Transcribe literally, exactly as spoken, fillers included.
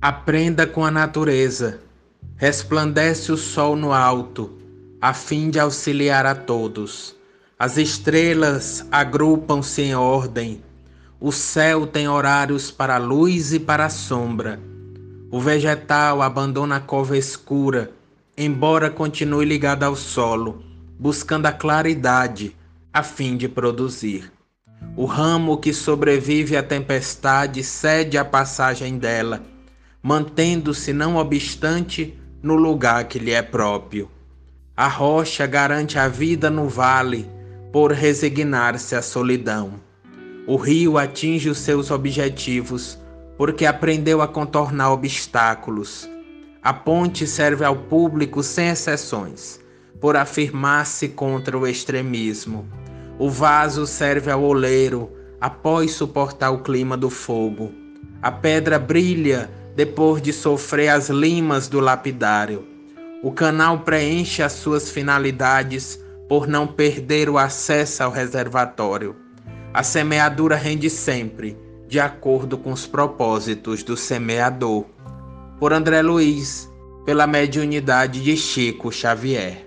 Aprenda com a natureza. Resplandece o sol no alto, a fim de auxiliar a todos. As estrelas agrupam-se em ordem. O céu tem horários para a luz e para a sombra. O vegetal abandona a cova escura, embora continue ligado ao solo, buscando a claridade, a fim de produzir. O ramo que sobrevive à tempestade cede a passagem dela, mantendo-se não obstante no lugar que lhe é próprio. A rocha garante a vida no vale, por resignar-se à solidão. O rio atinge os seus objetivos, porque aprendeu a contornar obstáculos. A ponte serve ao público sem exceções, por afirmar-se contra o extremismo. O vaso serve ao oleiro, após suportar o clima do fogo. A pedra brilha depois de sofrer as limas do lapidário. O canal preenche as suas finalidades por não perder o acesso ao reservatório. A semeadura rende sempre, de acordo com os propósitos do semeador. Por André Luiz, pela mediunidade de Chico Xavier.